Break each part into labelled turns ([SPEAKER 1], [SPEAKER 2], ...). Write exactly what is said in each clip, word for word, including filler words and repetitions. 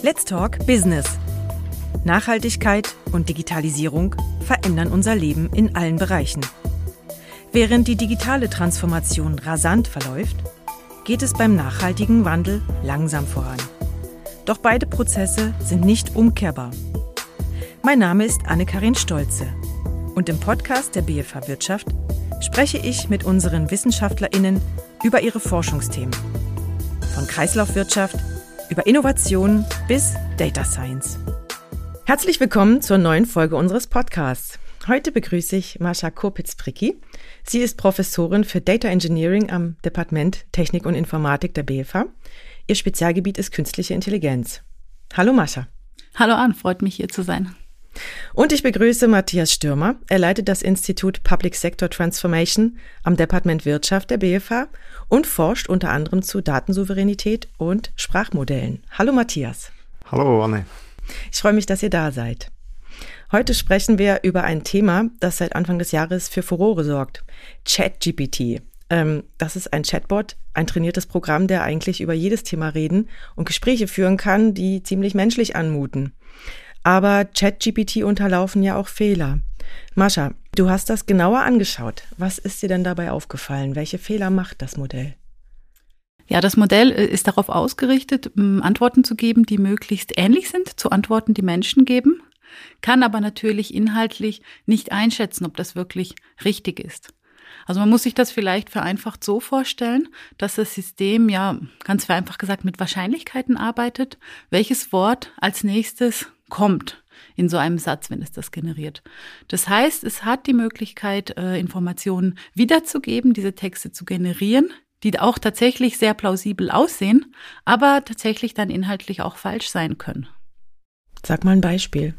[SPEAKER 1] Let's Talk Business. Nachhaltigkeit und Digitalisierung verändern unser Leben in allen Bereichen. Während die digitale Transformation rasant verläuft, geht es beim nachhaltigen Wandel langsam voran. Doch beide Prozesse sind nicht umkehrbar. Mein Name ist Anne-Karin Stolze und im Podcast der B F H Wirtschaft spreche ich mit unseren WissenschaftlerInnen über ihre Forschungsthemen. Von Kreislaufwirtschaft über Innovation bis Data Science. Herzlich willkommen zur neuen Folge unseres Podcasts. Heute begrüße ich Mascha Kopitz-Fricki. Sie ist Professorin für Data Engineering am Departement Technik und Informatik der B F H. Ihr Spezialgebiet ist künstliche Intelligenz. Hallo Mascha.
[SPEAKER 2] Hallo Anne, freut mich hier zu sein.
[SPEAKER 1] Und ich begrüße Matthias Stürmer. Er leitet das Institut Public Sector Transformation am Departement Wirtschaft der B F H und forscht unter anderem zu Datensouveränität und Sprachmodellen. Hallo Matthias.
[SPEAKER 3] Hallo Anne.
[SPEAKER 1] Ich freue mich, dass ihr da seid. Heute sprechen wir über ein Thema, das seit Anfang des Jahres für Furore sorgt. ChatGPT. Ähm, das ist ein Chatbot, ein trainiertes Programm, der eigentlich über jedes Thema reden und Gespräche führen kann, die ziemlich menschlich anmuten. Aber ChatGPT unterlaufen ja auch Fehler. Mascha, du hast das genauer angeschaut. Was ist dir denn dabei aufgefallen? Welche Fehler macht das Modell?
[SPEAKER 2] Ja, das Modell ist darauf ausgerichtet, Antworten zu geben, die möglichst ähnlich sind zu Antworten, die Menschen geben, kann aber natürlich inhaltlich nicht einschätzen, ob das wirklich richtig ist. Also man muss sich das vielleicht vereinfacht so vorstellen, dass das System ja ganz vereinfacht gesagt mit Wahrscheinlichkeiten arbeitet, welches Wort als nächstes kommt in so einem Satz, wenn es das generiert. Das heißt, es hat die Möglichkeit, äh, Informationen wiederzugeben, diese Texte zu generieren, die auch tatsächlich sehr plausibel aussehen, aber tatsächlich dann inhaltlich auch falsch sein können.
[SPEAKER 1] Sag mal ein Beispiel.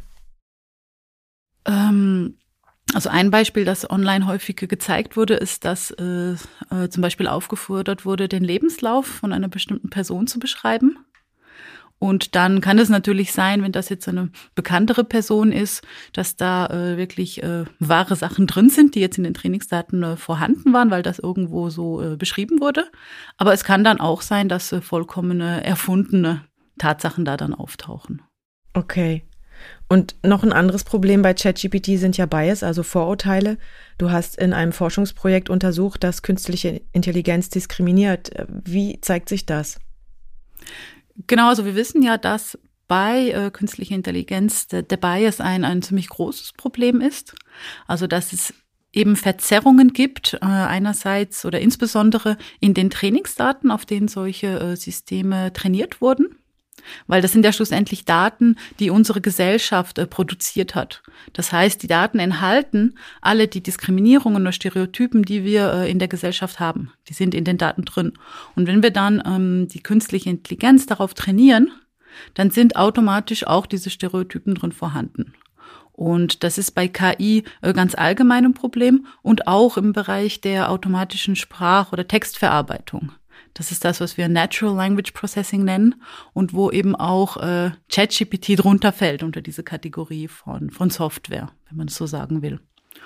[SPEAKER 2] Ähm, also ein Beispiel, das online häufig gezeigt wurde, ist, dass äh, äh, zum Beispiel aufgefordert wurde, den Lebenslauf von einer bestimmten Person zu beschreiben. Und dann kann es natürlich sein, wenn das jetzt eine bekanntere Person ist, dass da äh, wirklich äh, wahre Sachen drin sind, die jetzt in den Trainingsdaten äh, vorhanden waren, weil das irgendwo so äh, beschrieben wurde. Aber es kann dann auch sein, dass äh, vollkommene, erfundene Tatsachen da dann auftauchen.
[SPEAKER 1] Okay. Und noch ein anderes Problem bei ChatGPT sind ja Bias, also Vorurteile. Du hast in einem Forschungsprojekt untersucht, dass künstliche Intelligenz diskriminiert. Wie zeigt sich das?
[SPEAKER 2] Genau, also wir wissen ja, dass bei äh, künstlicher Intelligenz der, der Bias ein, ein ziemlich großes Problem ist. Also dass es eben Verzerrungen gibt, äh, einerseits oder insbesondere in den Trainingsdaten, auf denen solche äh, Systeme trainiert wurden. Weil das sind ja schlussendlich Daten, die unsere Gesellschaft äh, produziert hat. Das heißt, die Daten enthalten alle die Diskriminierungen oder Stereotypen, die wir äh, in der Gesellschaft haben. Die sind in den Daten drin. Und wenn wir dann ähm, die künstliche Intelligenz darauf trainieren, dann sind automatisch auch diese Stereotypen drin vorhanden. Und das ist bei K I äh, ganz allgemein ein Problem und auch im Bereich der automatischen Sprach- oder Textverarbeitung. Das ist das, was wir Natural Language Processing nennen und wo eben auch äh, ChatGPT drunter fällt unter diese Kategorie von von Software, wenn man es so sagen will.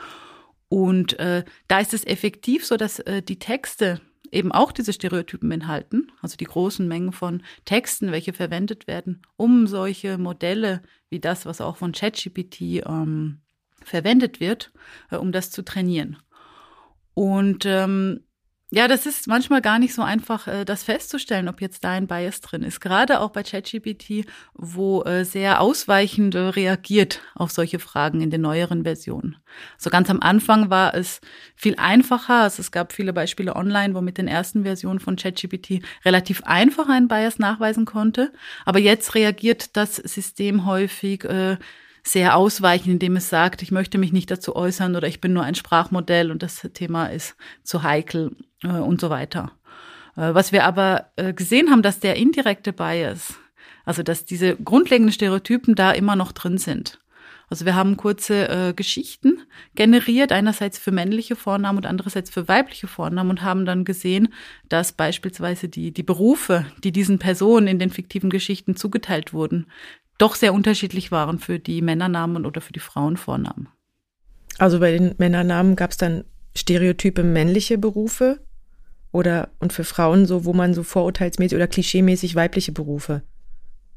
[SPEAKER 2] Und äh, da ist es effektiv so, dass äh, die Texte eben auch diese Stereotypen enthalten, also die großen Mengen von Texten, welche verwendet werden, um solche Modelle wie das, was auch von ChatGPT ähm, verwendet wird, äh, um das zu trainieren. Und ähm, Ja, das ist manchmal gar nicht so einfach, das festzustellen, ob jetzt da ein Bias drin ist. Gerade auch bei ChatGPT, wo sehr ausweichend reagiert auf solche Fragen in den neueren Versionen. So ganz am Anfang war es viel einfacher. Also es gab viele Beispiele online, wo mit den ersten Versionen von ChatGPT relativ einfach ein Bias nachweisen konnte. Aber jetzt reagiert das System häufig äh, sehr ausweichen, indem es sagt, ich möchte mich nicht dazu äußern oder ich bin nur ein Sprachmodell und das Thema ist zu heikel äh, und so weiter. Äh, was wir aber äh, gesehen haben, dass der indirekte Bias, also dass diese grundlegenden Stereotypen da immer noch drin sind. Also wir haben kurze äh, Geschichten generiert, einerseits für männliche Vornamen und andererseits für weibliche Vornamen und haben dann gesehen, dass beispielsweise die, die Berufe, die diesen Personen in den fiktiven Geschichten zugeteilt wurden, doch sehr unterschiedlich waren für die Männernamen oder für die Frauenvornamen.
[SPEAKER 1] Also bei den Männernamen gab es dann stereotype männliche Berufe oder und für Frauen so, wo man so vorurteilsmäßig oder klischeemäßig weibliche Berufe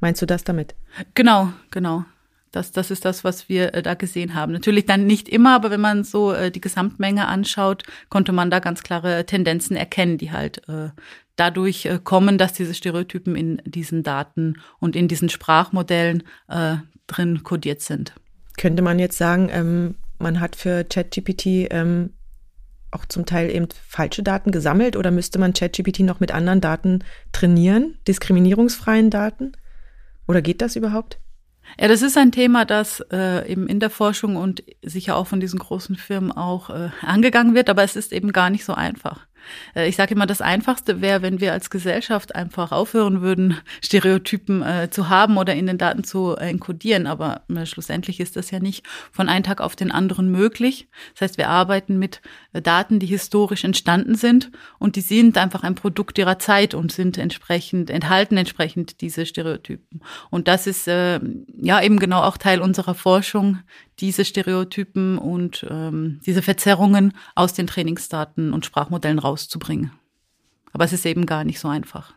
[SPEAKER 1] Meinst du das damit?
[SPEAKER 2] Genau, genau. Das, das ist das, was wir äh, da gesehen haben. Natürlich dann nicht immer, aber wenn man so äh, die Gesamtmenge anschaut, konnte man da ganz klare Tendenzen erkennen, die halt äh, dadurch äh, kommen, dass diese Stereotypen in diesen Daten und in diesen Sprachmodellen äh, drin kodiert sind.
[SPEAKER 1] Könnte man jetzt sagen, ähm, man hat für ChatGPT ähm, auch zum Teil eben falsche Daten gesammelt oder müsste man ChatGPT noch mit anderen Daten trainieren, diskriminierungsfreien Daten? Oder geht das überhaupt?
[SPEAKER 2] Ja, das ist ein Thema, das äh, eben in der Forschung und sicher auch von diesen großen Firmen auch äh, angegangen wird, aber es ist eben gar nicht so einfach. Äh, ich sage immer, das Einfachste wäre, wenn wir als Gesellschaft einfach aufhören würden, Stereotypen äh, zu haben oder in den Daten zu äh, enkodieren, aber äh, schlussendlich ist das ja nicht von einem Tag auf den anderen möglich. Das heißt, wir arbeiten mit äh, Daten, die historisch entstanden sind und die sind einfach ein Produkt ihrer Zeit und sind entsprechend, enthalten entsprechend diese Stereotypen. Und das ist äh, ja eben genau auch Teil unserer Forschung, diese Stereotypen und ähm, diese Verzerrungen aus den Trainingsdaten und Sprachmodellen rauszubringen. Aber es ist eben gar nicht so einfach.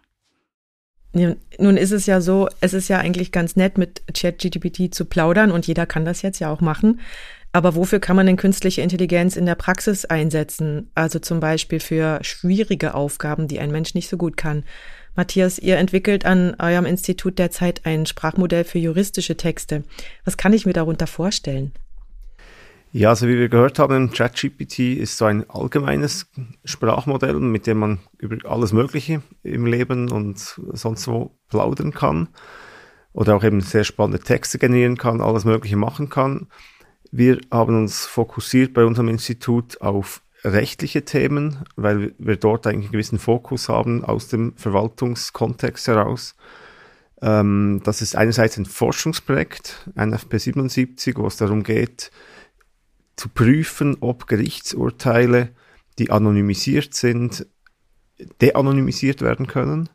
[SPEAKER 1] Nun ist es ja so, es ist ja eigentlich ganz nett, mit ChatGPT zu plaudern und jeder kann das jetzt ja auch machen. Aber wofür kann man denn künstliche Intelligenz in der Praxis einsetzen? Also zum Beispiel für schwierige Aufgaben, die ein Mensch nicht so gut kann. Matthias, ihr entwickelt an eurem Institut derzeit ein Sprachmodell für juristische Texte. Was kann ich mir darunter vorstellen?
[SPEAKER 3] Ja, also wie wir gehört haben, ChatGPT ist so ein allgemeines Sprachmodell, mit dem man über alles Mögliche im Leben und sonst wo plaudern kann oder auch eben sehr spannende Texte generieren kann, alles Mögliche machen kann. Wir haben uns fokussiert bei unserem Institut auf rechtliche Themen, weil wir dort eigentlich einen gewissen Fokus haben aus dem Verwaltungskontext heraus. Ähm, das ist einerseits ein Forschungsprojekt, N F P siebenundsiebzig, wo es darum geht, zu prüfen, ob Gerichtsurteile, die anonymisiert sind, de-anonymisiert werden können,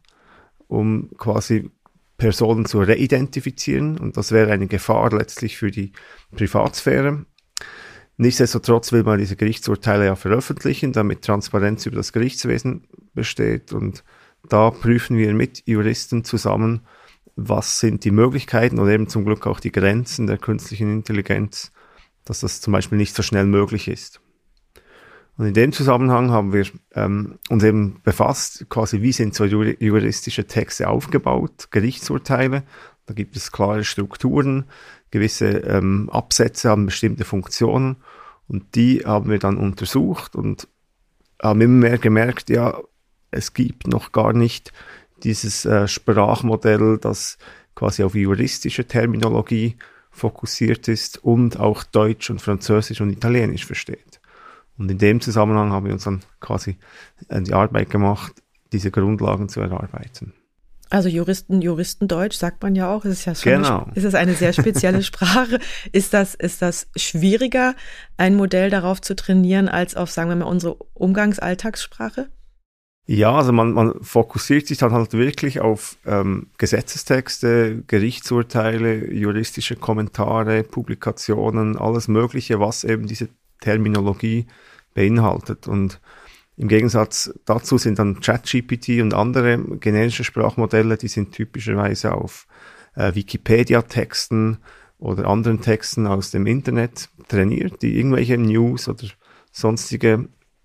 [SPEAKER 3] um quasi Personen zu reidentifizieren. Und das wäre eine Gefahr letztlich für die Privatsphäre. Nichtsdestotrotz will man diese Gerichtsurteile ja veröffentlichen, damit Transparenz über das Gerichtswesen besteht. Und da prüfen wir mit Juristen zusammen, was sind die Möglichkeiten oder eben zum Glück auch die Grenzen der künstlichen Intelligenz, dass das zum Beispiel nicht so schnell möglich ist. Und in dem Zusammenhang haben wir ähm, uns eben befasst, quasi wie sind so juristische Texte aufgebaut, Gerichtsurteile. Da gibt es klare Strukturen, gewisse ähm, Absätze haben bestimmte Funktionen und die haben wir dann untersucht und haben immer mehr gemerkt, ja, es gibt noch gar nicht dieses äh, Sprachmodell, das quasi auf juristische Terminologie fokussiert ist und auch Deutsch und Französisch und Italienisch versteht. Und in dem Zusammenhang haben wir uns dann quasi die Arbeit gemacht, diese Grundlagen zu erarbeiten.
[SPEAKER 1] Also Juristen, Juristendeutsch sagt man ja auch. Es ist ja schon
[SPEAKER 3] genau.
[SPEAKER 1] eine, ist es eine sehr spezielle Sprache. Ist das, ist das schwieriger, ein Modell darauf zu trainieren, als auf, sagen wir mal, unsere Umgangsalltagssprache?
[SPEAKER 3] Ja, also man, man fokussiert sich dann halt wirklich auf ähm, Gesetzestexte, Gerichtsurteile, juristische Kommentare, Publikationen, alles Mögliche, was eben diese Terminologie beinhaltet. Und im Gegensatz dazu sind dann ChatGPT und andere generische Sprachmodelle, die sind typischerweise auf äh, Wikipedia-Texten oder anderen Texten aus dem Internet trainiert, die irgendwelche News oder sonstige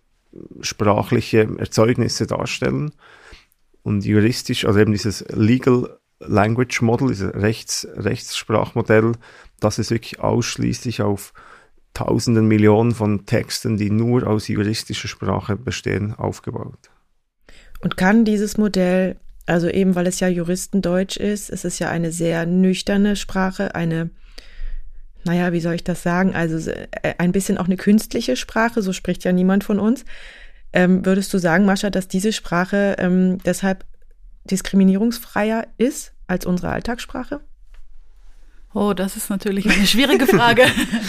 [SPEAKER 3] sprachliche Erzeugnisse darstellen. Und juristisch, also eben dieses Legal Language Model, dieses Rechts, Rechtssprachmodell, das ist wirklich ausschließlich auf Tausenden, Millionen von Texten, die nur aus juristischer Sprache bestehen, aufgebaut.
[SPEAKER 1] Und kann dieses Modell, also eben weil es ja Juristendeutsch ist, es ist ja eine sehr nüchterne Sprache, eine, naja, wie soll ich das sagen, also ein bisschen auch eine künstliche Sprache, so spricht ja niemand von uns. Ähm, würdest du sagen, Mascha, dass diese Sprache ähm, deshalb diskriminierungsfreier ist als unsere Alltagssprache?
[SPEAKER 2] Oh, das ist natürlich eine schwierige Frage.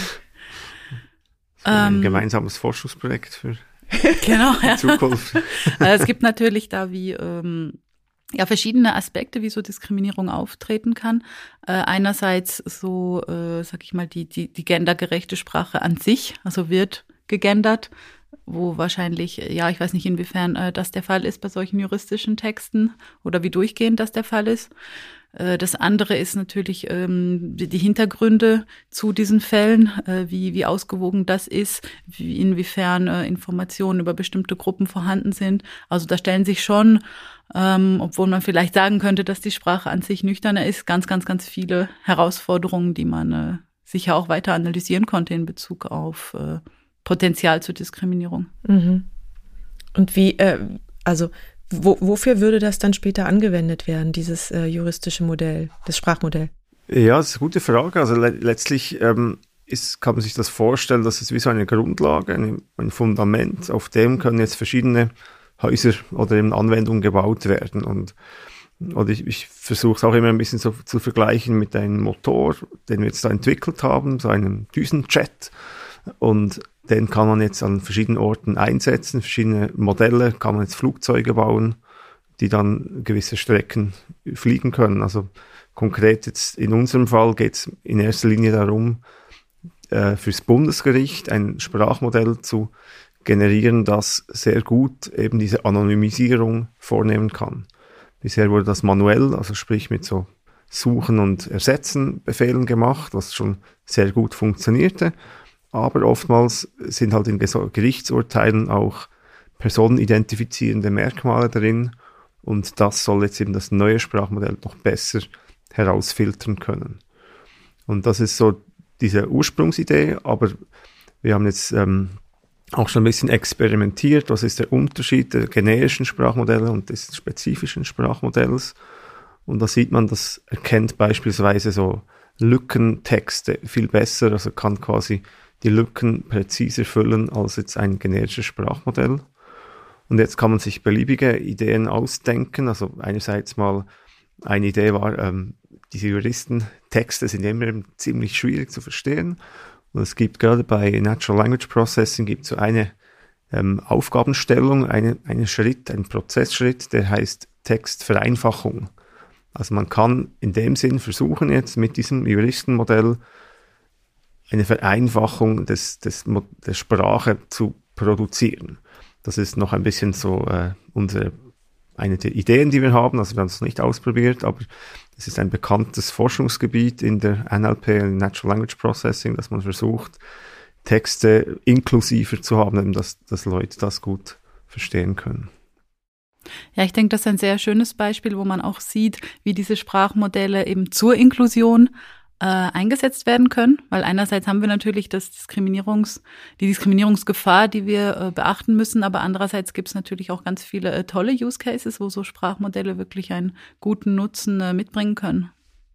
[SPEAKER 3] Ein gemeinsames Forschungsprojekt für
[SPEAKER 2] genau,
[SPEAKER 3] die
[SPEAKER 2] ja.
[SPEAKER 3] Zukunft.
[SPEAKER 2] Also es gibt natürlich da wie ähm, ja verschiedene Aspekte, wie so Diskriminierung auftreten kann. Äh, einerseits so, äh, sag ich mal, die die die gendergerechte Sprache an sich, also wird gegendert, wo wahrscheinlich, ja, ich weiß nicht, inwiefern äh, das der Fall ist bei solchen juristischen Texten oder wie durchgehend das der Fall ist. Das andere ist natürlich ähm, die Hintergründe zu diesen Fällen, äh, wie, wie ausgewogen das ist, wie, inwiefern äh, Informationen über bestimmte Gruppen vorhanden sind. Also da stellen sich schon, ähm, obwohl man vielleicht sagen könnte, dass die Sprache an sich nüchterner ist, ganz, ganz, ganz viele Herausforderungen, die man äh, sicher auch weiter analysieren konnte in Bezug auf äh, Potenzial zur Diskriminierung.
[SPEAKER 1] Mhm. Und wie, äh, also Wo, wofür würde das dann später angewendet werden, dieses äh, juristische Modell, das Sprachmodell?
[SPEAKER 3] Ja, das ist eine gute Frage. Also le- letztlich ähm, ist, kann man sich das vorstellen, dass es wie so eine Grundlage, eine, ein Fundament, auf dem können jetzt verschiedene Häuser oder eben Anwendungen gebaut werden. Und oder ich, ich versuche es auch immer ein bisschen so zu vergleichen mit einem Motor, den wir jetzt da entwickelt haben, so einem Düsenjet. Und den kann man jetzt an verschiedenen Orten einsetzen, verschiedene Modelle, kann man jetzt Flugzeuge bauen, die dann gewisse Strecken fliegen können. Also konkret jetzt in unserem Fall geht es in erster Linie darum, äh, fürs Bundesgericht ein Sprachmodell zu generieren, das sehr gut eben diese Anonymisierung vornehmen kann. Bisher wurde das manuell, also sprich mit so Suchen und Ersetzen Befehlen gemacht, was schon sehr gut funktionierte. Aber oftmals sind halt in Gerichtsurteilen auch personenidentifizierende Merkmale drin und das soll jetzt eben das neue Sprachmodell noch besser herausfiltern können. Und das ist so diese Ursprungsidee, aber wir haben jetzt ähm, auch schon ein bisschen experimentiert. Was ist der Unterschied der generischen Sprachmodelle und des spezifischen Sprachmodells? Und da sieht man, das erkennt beispielsweise so Lückentexte viel besser, also kann quasi die Lücken präziser füllen als jetzt ein generisches Sprachmodell. Und jetzt kann man sich beliebige Ideen ausdenken. Also einerseits mal, eine Idee war, ähm, diese Juristentexte sind immer ziemlich schwierig zu verstehen. Und es gibt gerade bei Natural Language Processing gibt es so eine ähm, Aufgabenstellung, eine, einen Schritt, einen Prozessschritt, der heißt Textvereinfachung. Also man kann in dem Sinn versuchen jetzt mit diesem Juristenmodell eine Vereinfachung des, des, der Sprache zu produzieren. Das ist noch ein bisschen so äh, unsere, eine der Ideen, die wir haben. Also wir haben es nicht ausprobiert, aber es ist ein bekanntes Forschungsgebiet in der N L P, in Natural Language Processing, dass man versucht, Texte inklusiver zu haben, dass, dass Leute das gut verstehen können.
[SPEAKER 2] Ja, ich denke, das ist ein sehr schönes Beispiel, wo man auch sieht, wie diese Sprachmodelle eben zur Inklusion äh, eingesetzt werden können, weil einerseits haben wir natürlich das Diskriminierungs, die Diskriminierungsgefahr, die wir äh, beachten müssen, aber andererseits gibt es natürlich auch ganz viele äh, tolle Use Cases, wo so Sprachmodelle wirklich einen guten Nutzen äh, mitbringen können.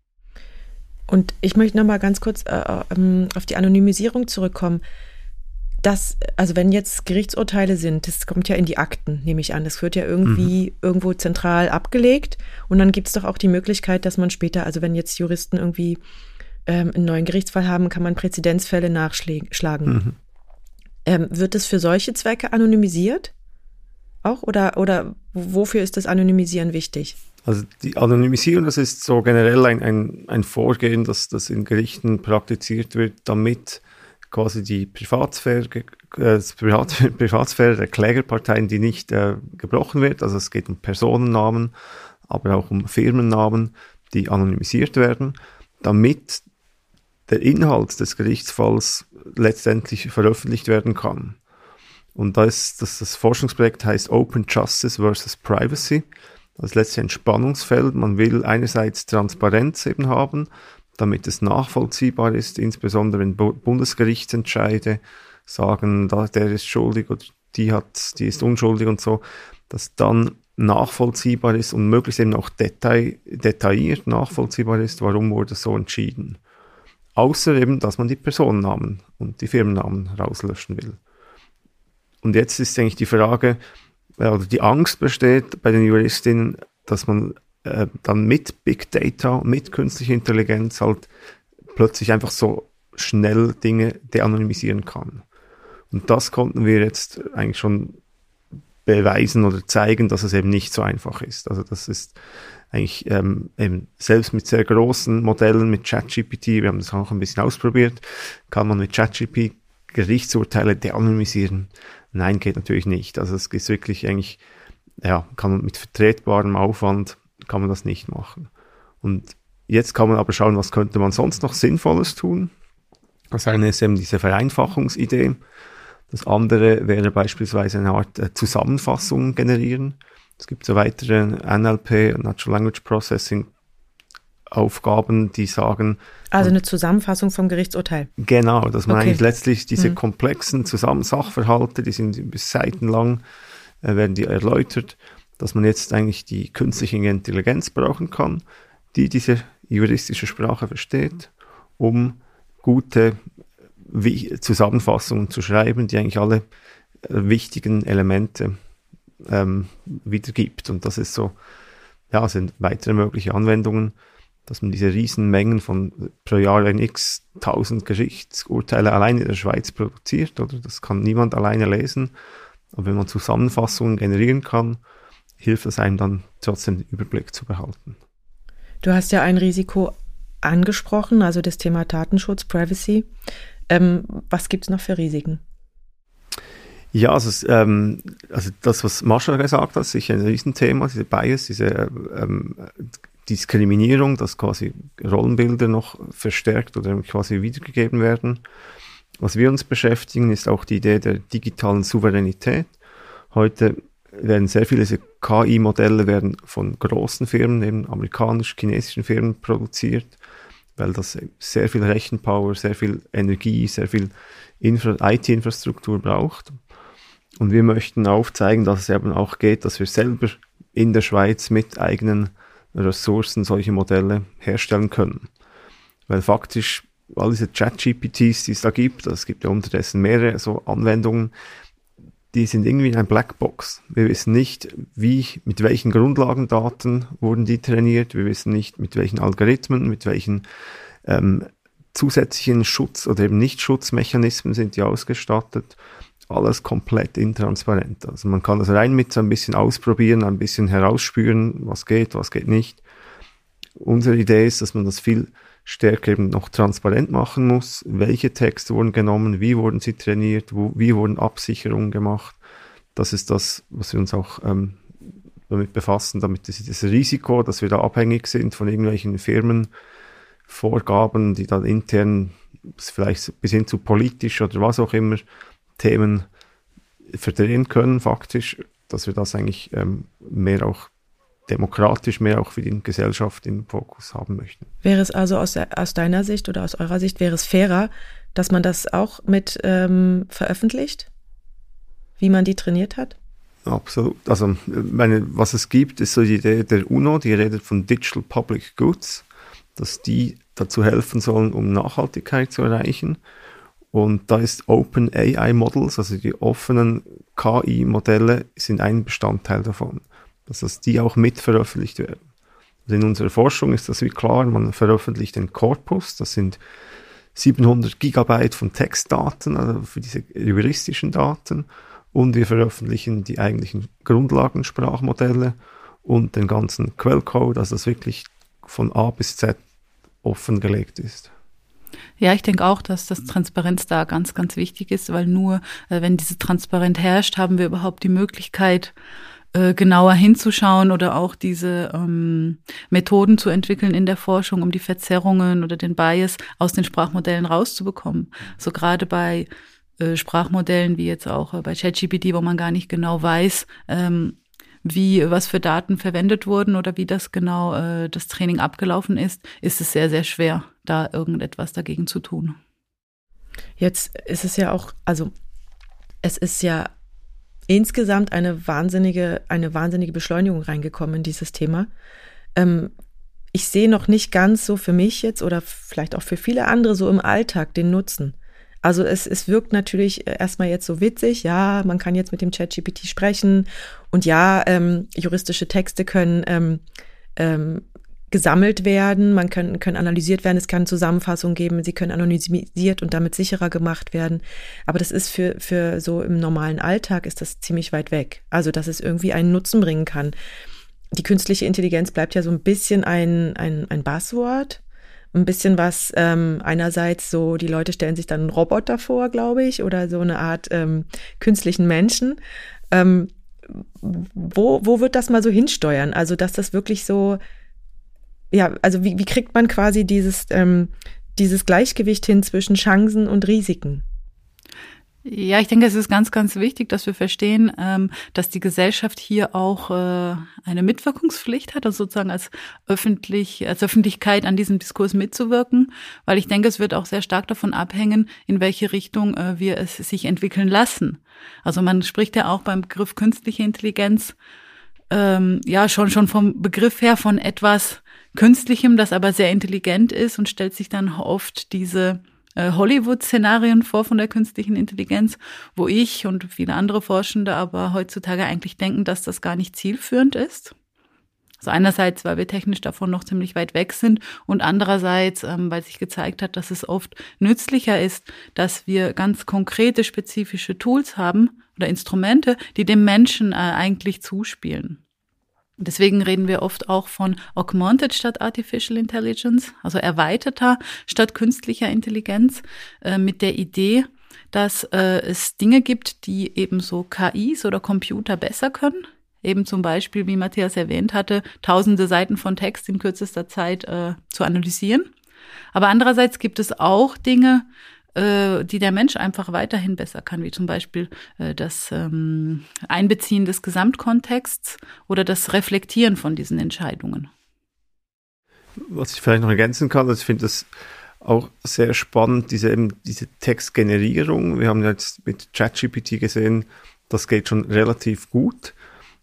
[SPEAKER 1] Und ich möchte noch mal ganz kurz äh, ähm, auf die Anonymisierung zurückkommen. Das, also wenn jetzt Gerichtsurteile sind, das kommt ja in die Akten, nehme ich an. Das wird ja irgendwie mhm. irgendwo zentral abgelegt. Und dann gibt es doch auch die Möglichkeit, dass man später, also wenn jetzt Juristen irgendwie ähm, einen neuen Gerichtsfall haben, kann man Präzedenzfälle nachschlagen. Mhm. Ähm, wird das für solche Zwecke anonymisiert? Auch? Oder, oder wofür ist das Anonymisieren wichtig?
[SPEAKER 3] Also die Anonymisierung, das ist so generell ein, ein, ein Vorgehen, das, das in Gerichten praktiziert wird, damit quasi die Privatsphäre, äh, Privat, Privatsphäre der Klägerparteien, die nicht äh, gebrochen wird. Also es geht um Personennamen, aber auch um Firmennamen, die anonymisiert werden, damit der Inhalt des Gerichtsfalls letztendlich veröffentlicht werden kann. Und da ist, das, das Forschungsprojekt heißt Open Justice versus Privacy. Das ist letztlich ein Spannungsfeld. Man will einerseits Transparenz eben haben, damit es nachvollziehbar ist, insbesondere wenn Bundesgerichtsentscheide sagen, da, der ist schuldig oder die hat, die ist unschuldig und so, dass dann nachvollziehbar ist und möglichst eben auch detail, detailliert nachvollziehbar ist, warum wurde so entschieden. Außer eben, dass man die Personennamen und die Firmennamen rauslöschen will. Und jetzt ist eigentlich die Frage, oder die Angst besteht bei den Juristinnen, dass man äh, dann mit Big Data, mit künstlicher Intelligenz halt plötzlich einfach so schnell Dinge de-anonymisieren kann. Und das konnten wir jetzt eigentlich schon beweisen oder zeigen, dass es eben nicht so einfach ist. Also das ist eigentlich ähm, eben selbst mit sehr großen Modellen, mit ChatGPT, wir haben das auch ein bisschen ausprobiert, kann man mit ChatGPT Gerichtsurteile de-anonymisieren. Nein, geht natürlich nicht. Also es ist wirklich eigentlich, ja, kann man mit vertretbarem Aufwand, kann man das nicht machen. Und jetzt kann man aber schauen, was könnte man sonst noch Sinnvolles tun. Das eine ist eben diese Vereinfachungsidee. Das andere wäre beispielsweise eine Art äh, Zusammenfassung generieren. Es gibt so weitere N L P, Natural Language Processing, Aufgaben, die sagen...
[SPEAKER 1] Also eine Zusammenfassung vom Gerichtsurteil.
[SPEAKER 3] Genau, dass man
[SPEAKER 1] okay.
[SPEAKER 3] eigentlich letztlich diese
[SPEAKER 1] mhm.
[SPEAKER 3] komplexen Zusammen- Sachverhalte, die sind bis seitenlang, äh, werden die erläutert, dass man jetzt eigentlich die künstliche Intelligenz brauchen kann, die diese juristische Sprache versteht, um gute wie, Zusammenfassungen zu schreiben, die eigentlich alle äh, wichtigen Elemente ähm, wiedergibt. Und das ist so, ja, sind weitere mögliche Anwendungen, dass man diese riesen Mengen von pro Jahr ein x tausend Gerichtsurteile allein in der Schweiz produziert, oder? Das kann niemand alleine lesen. Aber wenn man Zusammenfassungen generieren kann, hilft es einem dann trotzdem den Überblick zu behalten.
[SPEAKER 1] Du hast ja ein Risiko angesprochen, also das Thema Datenschutz, Privacy. Ähm, was gibt es noch für Risiken?
[SPEAKER 3] Ja, also, es, ähm, also das, was Mascha gesagt hat, ist sicher ein Riesenthema, diese Bias, diese ähm, Diskriminierung, dass quasi Rollenbilder noch verstärkt oder quasi wiedergegeben werden. Was wir uns beschäftigen, ist auch die Idee der digitalen Souveränität. Heute werden sehr viele K I-Modelle werden von großen Firmen, eben amerikanisch-chinesischen Firmen produziert, weil das sehr viel Rechenpower, sehr viel Energie, sehr viel Infra- I T-Infrastruktur braucht. Und wir möchten aufzeigen, dass es eben auch geht, dass wir selber in der Schweiz mit eigenen Ressourcen solche Modelle herstellen können. Weil faktisch all diese Chat-G P Ts, die es da gibt, es gibt ja unterdessen mehrere so Anwendungen, die sind irgendwie in einer Blackbox. Wir wissen nicht, wie, mit welchen Grundlagendaten wurden die trainiert. Wir wissen nicht, mit welchen Algorithmen, mit welchen ähm, zusätzlichen Schutz- oder eben Nicht-Schutzmechanismen sind die ausgestattet. Alles komplett intransparent. Also man kann das rein mit so ein bisschen ausprobieren, ein bisschen herausspüren, was geht, was geht nicht. Unsere Idee ist, dass man das viel stärker eben noch transparent machen muss. Welche Texte wurden genommen, wie wurden sie trainiert, wo, wie wurden Absicherungen gemacht. Das ist das, was wir uns auch ähm, damit befassen, damit das, das Risiko, dass wir da abhängig sind von irgendwelchen Firmenvorgaben, die dann intern vielleicht bis hin zu politisch oder was auch immer Themen verdrehen können, faktisch, dass wir das eigentlich ähm, mehr auch demokratisch, mehr auch für die Gesellschaft im Fokus haben möchten.
[SPEAKER 1] Wäre es also aus, aus deiner Sicht oder aus eurer Sicht, wäre es fairer, dass man das auch mit ähm, veröffentlicht, wie man die trainiert hat?
[SPEAKER 3] Absolut. Also meine, was es gibt, ist so die Idee der UNO, die redet von Digital Public Goods, dass die dazu helfen sollen, um Nachhaltigkeit zu erreichen. Und da ist Open A I Models, also die offenen K I-Modelle, sind ein Bestandteil davon. Dass die auch mit veröffentlicht werden. Also in unserer Forschung ist das wie klar, man veröffentlicht den Korpus, das sind siebenhundert Gigabyte von Textdaten, also für diese juristischen Daten, und wir veröffentlichen die eigentlichen Grundlagensprachmodelle und den ganzen Quellcode, also das wirklich von A bis Z offengelegt ist.
[SPEAKER 2] Ja, ich denke auch, dass das Transparenz da ganz, ganz wichtig ist, weil nur, äh, wenn diese Transparenz herrscht, haben wir überhaupt die Möglichkeit, äh, genauer hinzuschauen oder auch diese ähm, Methoden zu entwickeln in der Forschung, um die Verzerrungen oder den Bias aus den Sprachmodellen rauszubekommen. So gerade bei äh, Sprachmodellen wie jetzt auch äh, bei ChatGPT, wo man gar nicht genau weiß, ähm, wie, was für Daten verwendet wurden oder wie das genau äh, das Training abgelaufen ist, ist es sehr, sehr schwer, da irgendetwas dagegen zu tun.
[SPEAKER 1] Jetzt ist es ja auch, also es ist ja insgesamt eine wahnsinnige, eine wahnsinnige Beschleunigung reingekommen in dieses Thema. Ähm, ich sehe noch nicht ganz so für mich jetzt oder vielleicht auch für viele andere so im Alltag den Nutzen. Also es, es wirkt natürlich erstmal jetzt so witzig, ja, man kann jetzt mit dem ChatGPT sprechen und ja, ähm, juristische Texte können ähm, ähm, gesammelt werden, man kann, können analysiert werden, es kann Zusammenfassungen geben, sie können anonymisiert und damit sicherer gemacht werden. Aber das ist für, für so im normalen Alltag ist das ziemlich weit weg. Also, dass es irgendwie einen Nutzen bringen kann. Die künstliche Intelligenz bleibt ja so ein bisschen ein, ein, ein Buzzword. Ein bisschen was, ähm, einerseits so, die Leute stellen sich dann einen Roboter vor, glaube ich, oder so eine Art ähm, künstlichen Menschen. Ähm, wo, wo wird das mal so hinsteuern? Also, dass das wirklich so ja, also wie, wie kriegt man quasi dieses, ähm, dieses Gleichgewicht hin zwischen Chancen und Risiken?
[SPEAKER 2] Ja, ich denke, es ist ganz, ganz wichtig, dass wir verstehen, ähm, dass die Gesellschaft hier auch äh, eine Mitwirkungspflicht hat, also sozusagen als öffentlich, als Öffentlichkeit an diesem Diskurs mitzuwirken, weil ich denke, es wird auch sehr stark davon abhängen, in welche Richtung äh, wir es sich entwickeln lassen. Also man spricht ja auch beim Begriff künstliche Intelligenz ähm, ja schon schon vom Begriff her von etwas Künstlichem, das aber sehr intelligent ist und stellt sich dann oft diese Hollywood-Szenarien vor von der künstlichen Intelligenz, wo ich und viele andere Forschende aber heutzutage eigentlich denken, dass das gar nicht zielführend ist. Also einerseits, weil wir technisch davon noch ziemlich weit weg sind und andererseits, ähm, weil sich gezeigt hat, dass es oft nützlicher ist, dass wir ganz konkrete, spezifische Tools haben oder Instrumente, die dem Menschen äh, eigentlich zuspielen. Deswegen reden wir oft auch von Augmented statt Artificial Intelligence, also erweiterter statt künstlicher Intelligenz, äh, mit der Idee, dass äh, es Dinge gibt, die eben so K Is oder Computer besser können. Eben zum Beispiel, wie Matthias erwähnt hatte, tausende Seiten von Text in kürzester Zeit äh, zu analysieren. Aber andererseits gibt es auch Dinge, die der Mensch einfach weiterhin besser kann, wie zum Beispiel äh, das ähm, Einbeziehen des Gesamtkontexts oder das Reflektieren von diesen Entscheidungen.
[SPEAKER 3] Was ich vielleicht noch ergänzen kann, also ich finde das auch sehr spannend, diese, eben, diese Textgenerierung. Wir haben jetzt mit ChatGPT gesehen, das geht schon relativ gut.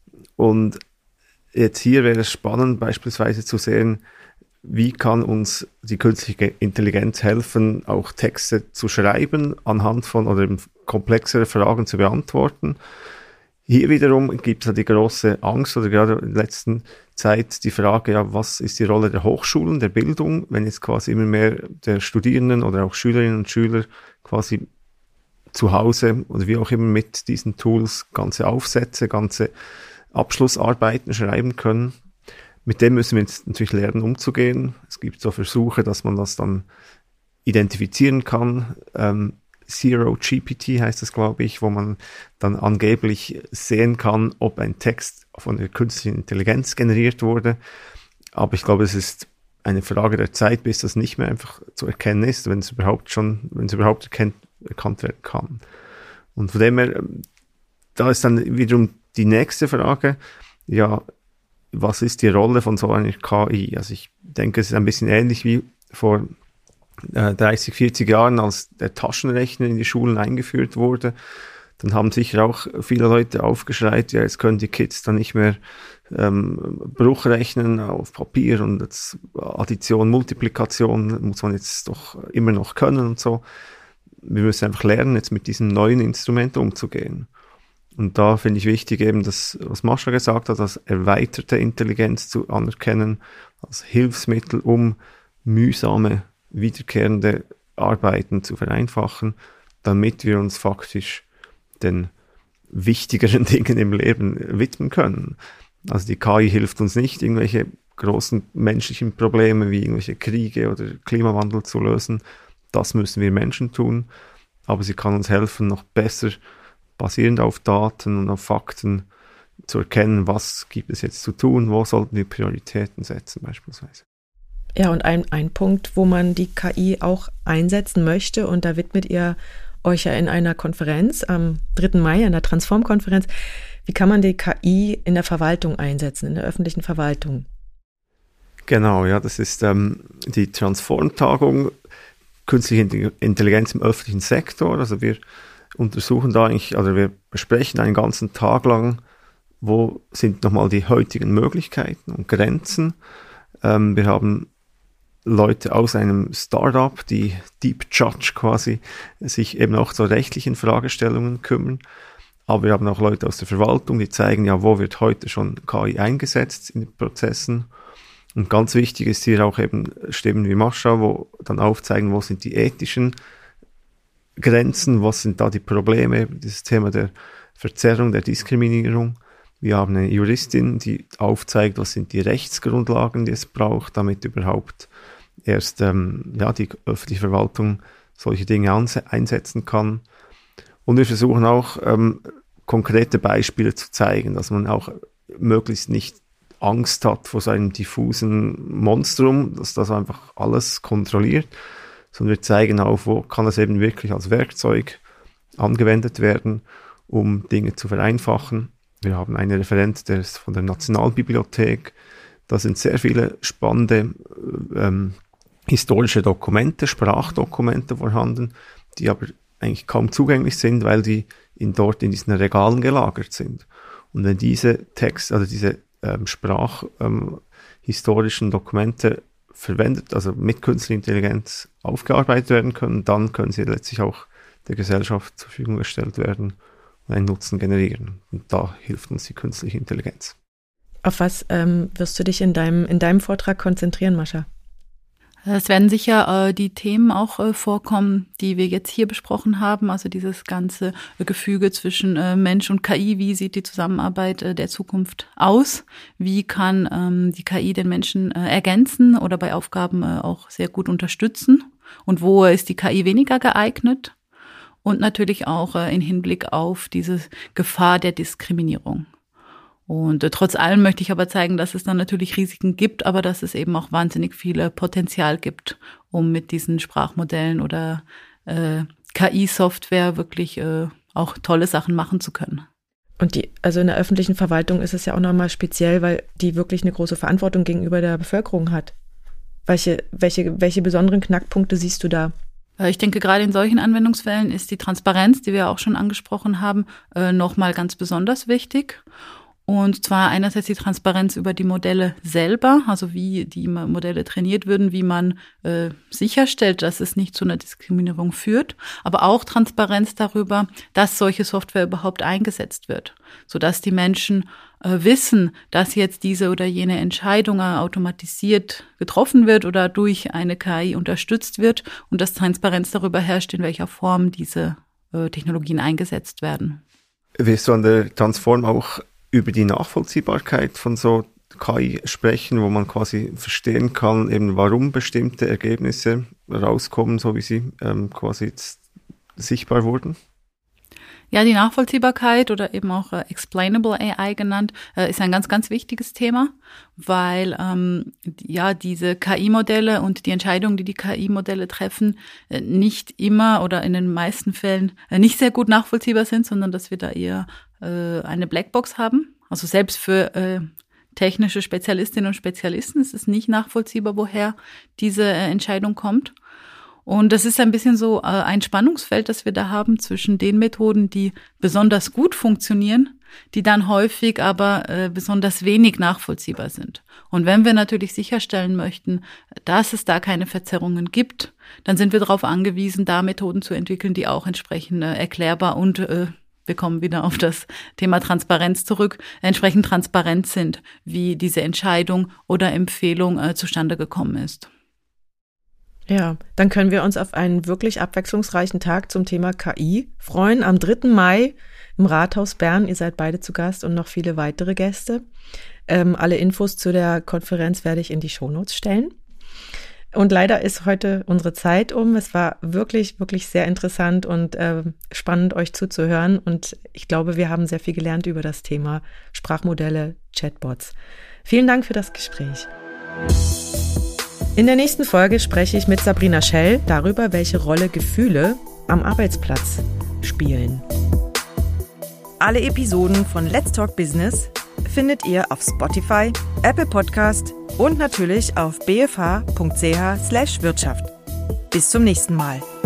[SPEAKER 3] Und jetzt hier wäre es spannend, beispielsweise zu sehen, wie kann uns die künstliche Intelligenz helfen, auch Texte zu schreiben, anhand von oder eben komplexere Fragen zu beantworten. Hier wiederum gibt es ja die große Angst oder gerade in der letzten Zeit die Frage, ja, was ist die Rolle der Hochschulen, der Bildung, wenn jetzt quasi immer mehr der Studierenden oder auch Schülerinnen und Schüler quasi zu Hause oder wie auch immer mit diesen Tools ganze Aufsätze, ganze Abschlussarbeiten schreiben können. Mit dem müssen wir jetzt natürlich lernen, umzugehen. Es gibt so Versuche, dass man das dann identifizieren kann. Ähm, Zero G P T heißt das, glaube ich, wo man dann angeblich sehen kann, ob ein Text von der künstlichen Intelligenz generiert wurde. Aber ich glaube, es ist eine Frage der Zeit, bis das nicht mehr einfach zu erkennen ist, wenn es überhaupt schon, wenn es überhaupt erkennt, erkannt werden kann. Und von dem her, da ist dann wiederum die nächste Frage, ja, was ist die Rolle von so einer K I? Also ich denke, es ist ein bisschen ähnlich wie vor äh, dreißig, vierzig Jahren, als der Taschenrechner in die Schulen eingeführt wurde. Dann haben sicher auch viele Leute aufgeschreit, ja, jetzt können die Kids dann nicht mehr ähm, Bruch rechnen auf Papier und jetzt Addition, Multiplikation muss man jetzt doch immer noch können und so. Wir müssen einfach lernen, jetzt mit diesem neuen Instrument umzugehen. Und da finde ich wichtig eben, das, was Mascha gesagt hat, als erweiterte Intelligenz zu anerkennen, als Hilfsmittel, um mühsame, wiederkehrende Arbeiten zu vereinfachen, damit wir uns faktisch den wichtigeren Dingen im Leben widmen können. Also die K I hilft uns nicht, irgendwelche großen menschlichen Probleme wie irgendwelche Kriege oder Klimawandel zu lösen. Das müssen wir Menschen tun. Aber sie kann uns helfen, noch besser basierend auf Daten und auf Fakten zu erkennen, was gibt es jetzt zu tun, wo sollten wir Prioritäten setzen beispielsweise.
[SPEAKER 1] Ja, und ein, ein Punkt, wo man die K I auch einsetzen möchte, und da widmet ihr euch ja in einer Konferenz am dritten Mai, an der Transform-Konferenz, wie kann man die K I in der Verwaltung einsetzen, in der öffentlichen Verwaltung?
[SPEAKER 3] Genau, ja, das ist ähm, die Transform-Tagung, künstliche Intelligenz im öffentlichen Sektor. Also wir untersuchen da eigentlich, also wir besprechen einen ganzen Tag lang, wo sind nochmal die heutigen Möglichkeiten und Grenzen. Ähm, wir haben Leute aus einem Startup, die Deep Judge quasi, sich eben auch zu rechtlichen Fragestellungen kümmern. Aber wir haben auch Leute aus der Verwaltung, die zeigen ja, wo wird heute schon K I eingesetzt in den Prozessen. Und ganz wichtig ist hier auch eben Stimmen wie Mascha, wo dann aufzeigen, wo sind die ethischen Grenzen, was sind da die Probleme, dieses Thema der Verzerrung, der Diskriminierung. Wir haben eine Juristin, die aufzeigt, was sind die Rechtsgrundlagen, die es braucht, damit überhaupt erst ähm, ja, die öffentliche Verwaltung solche Dinge anse- einsetzen kann. Und wir versuchen auch ähm, konkrete Beispiele zu zeigen, dass man auch möglichst nicht Angst hat vor so einem diffusen Monstrum, dass das einfach alles kontrolliert, sondern wir zeigen auf, wo kann es eben wirklich als Werkzeug angewendet werden, um Dinge zu vereinfachen. Wir haben einen Referent, der ist von der Nationalbibliothek. Da sind sehr viele spannende ähm, historische Dokumente, Sprachdokumente vorhanden, die aber eigentlich kaum zugänglich sind, weil die in dort in diesen Regalen gelagert sind. Und wenn diese Text, also diese ähm, sprachhistorischen ähm, Dokumente verwendet, also mit künstlicher Intelligenz aufgearbeitet werden können, dann können sie letztlich auch der Gesellschaft zur Verfügung gestellt werden und einen Nutzen generieren. Und da hilft uns die künstliche Intelligenz.
[SPEAKER 1] Auf was ähm, wirst du dich in deinem, in deinem Vortrag konzentrieren, Mascha?
[SPEAKER 2] Es werden sicher äh, die Themen auch äh, vorkommen, die wir jetzt hier besprochen haben, also dieses ganze äh, Gefüge zwischen äh, Mensch und K I. Wie sieht die Zusammenarbeit äh, der Zukunft aus? Wie kann ähm, die K I den Menschen äh, ergänzen oder bei Aufgaben äh, auch sehr gut unterstützen? Und wo ist die K I weniger geeignet? Und natürlich auch äh, in Hinblick auf diese Gefahr der Diskriminierung. Und äh, trotz allem möchte ich aber zeigen, dass es dann natürlich Risiken gibt, aber dass es eben auch wahnsinnig viel Potenzial gibt, um mit diesen Sprachmodellen oder äh, K I-Software wirklich äh, auch tolle Sachen machen zu können.
[SPEAKER 1] Und die, also in der öffentlichen Verwaltung ist es ja auch nochmal speziell, weil die wirklich eine große Verantwortung gegenüber der Bevölkerung hat. Welche, welche, welche besonderen Knackpunkte siehst du da?
[SPEAKER 2] Ich denke, gerade in solchen Anwendungsfällen ist die Transparenz, die wir auch schon angesprochen haben, äh, nochmal ganz besonders wichtig. Und zwar einerseits die Transparenz über die Modelle selber, also wie die Modelle trainiert würden, wie man äh, sicherstellt, dass es nicht zu einer Diskriminierung führt, aber auch Transparenz darüber, dass solche Software überhaupt eingesetzt wird, sodass die Menschen äh, wissen, dass jetzt diese oder jene Entscheidung automatisiert getroffen wird oder durch eine K I unterstützt wird und dass Transparenz darüber herrscht, in welcher Form diese äh, Technologien eingesetzt werden.
[SPEAKER 3] Wirst du an der Transform auch über die Nachvollziehbarkeit von so K I sprechen, wo man quasi verstehen kann, eben warum bestimmte Ergebnisse rauskommen, so wie sie ähm, quasi jetzt sichtbar wurden?
[SPEAKER 2] Ja, die Nachvollziehbarkeit oder eben auch äh, Explainable A I genannt, äh, ist ein ganz, ganz wichtiges Thema, weil ähm, ja diese K I-Modelle und die Entscheidungen, die die K I-Modelle treffen, äh, nicht immer oder in den meisten Fällen äh, nicht sehr gut nachvollziehbar sind, sondern dass wir da eher äh, eine Blackbox haben. Also selbst für äh, technische Spezialistinnen und Spezialisten ist es nicht nachvollziehbar, woher diese äh, Entscheidung kommt. Und das ist ein bisschen so äh, ein Spannungsfeld, das wir da haben zwischen den Methoden, die besonders gut funktionieren, die dann häufig aber äh, besonders wenig nachvollziehbar sind. Und wenn wir natürlich sicherstellen möchten, dass es da keine Verzerrungen gibt, dann sind wir darauf angewiesen, da Methoden zu entwickeln, die auch entsprechend äh, erklärbar und äh, wir kommen wieder auf das Thema Transparenz zurück, entsprechend transparent sind, wie diese Entscheidung oder Empfehlung äh, zustande gekommen ist.
[SPEAKER 1] Ja, dann können wir uns auf einen wirklich abwechslungsreichen Tag zum Thema K I freuen. Am dritten Mai im Rathaus Bern. Ihr seid beide zu Gast und noch viele weitere Gäste. Ähm, alle Infos zu der Konferenz werde ich in die Shownotes stellen. Und leider ist heute unsere Zeit um. Es war wirklich, wirklich sehr interessant und äh, spannend, euch zuzuhören. Und ich glaube, wir haben sehr viel gelernt über das Thema Sprachmodelle, Chatbots. Vielen Dank für das Gespräch. In der nächsten Folge spreche ich mit Sabrina Schell darüber, welche Rolle Gefühle am Arbeitsplatz spielen. Alle Episoden von Let's Talk Business findet ihr auf Spotify, Apple Podcast und natürlich auf b f h punkt c h slash Wirtschaft. Bis zum nächsten Mal.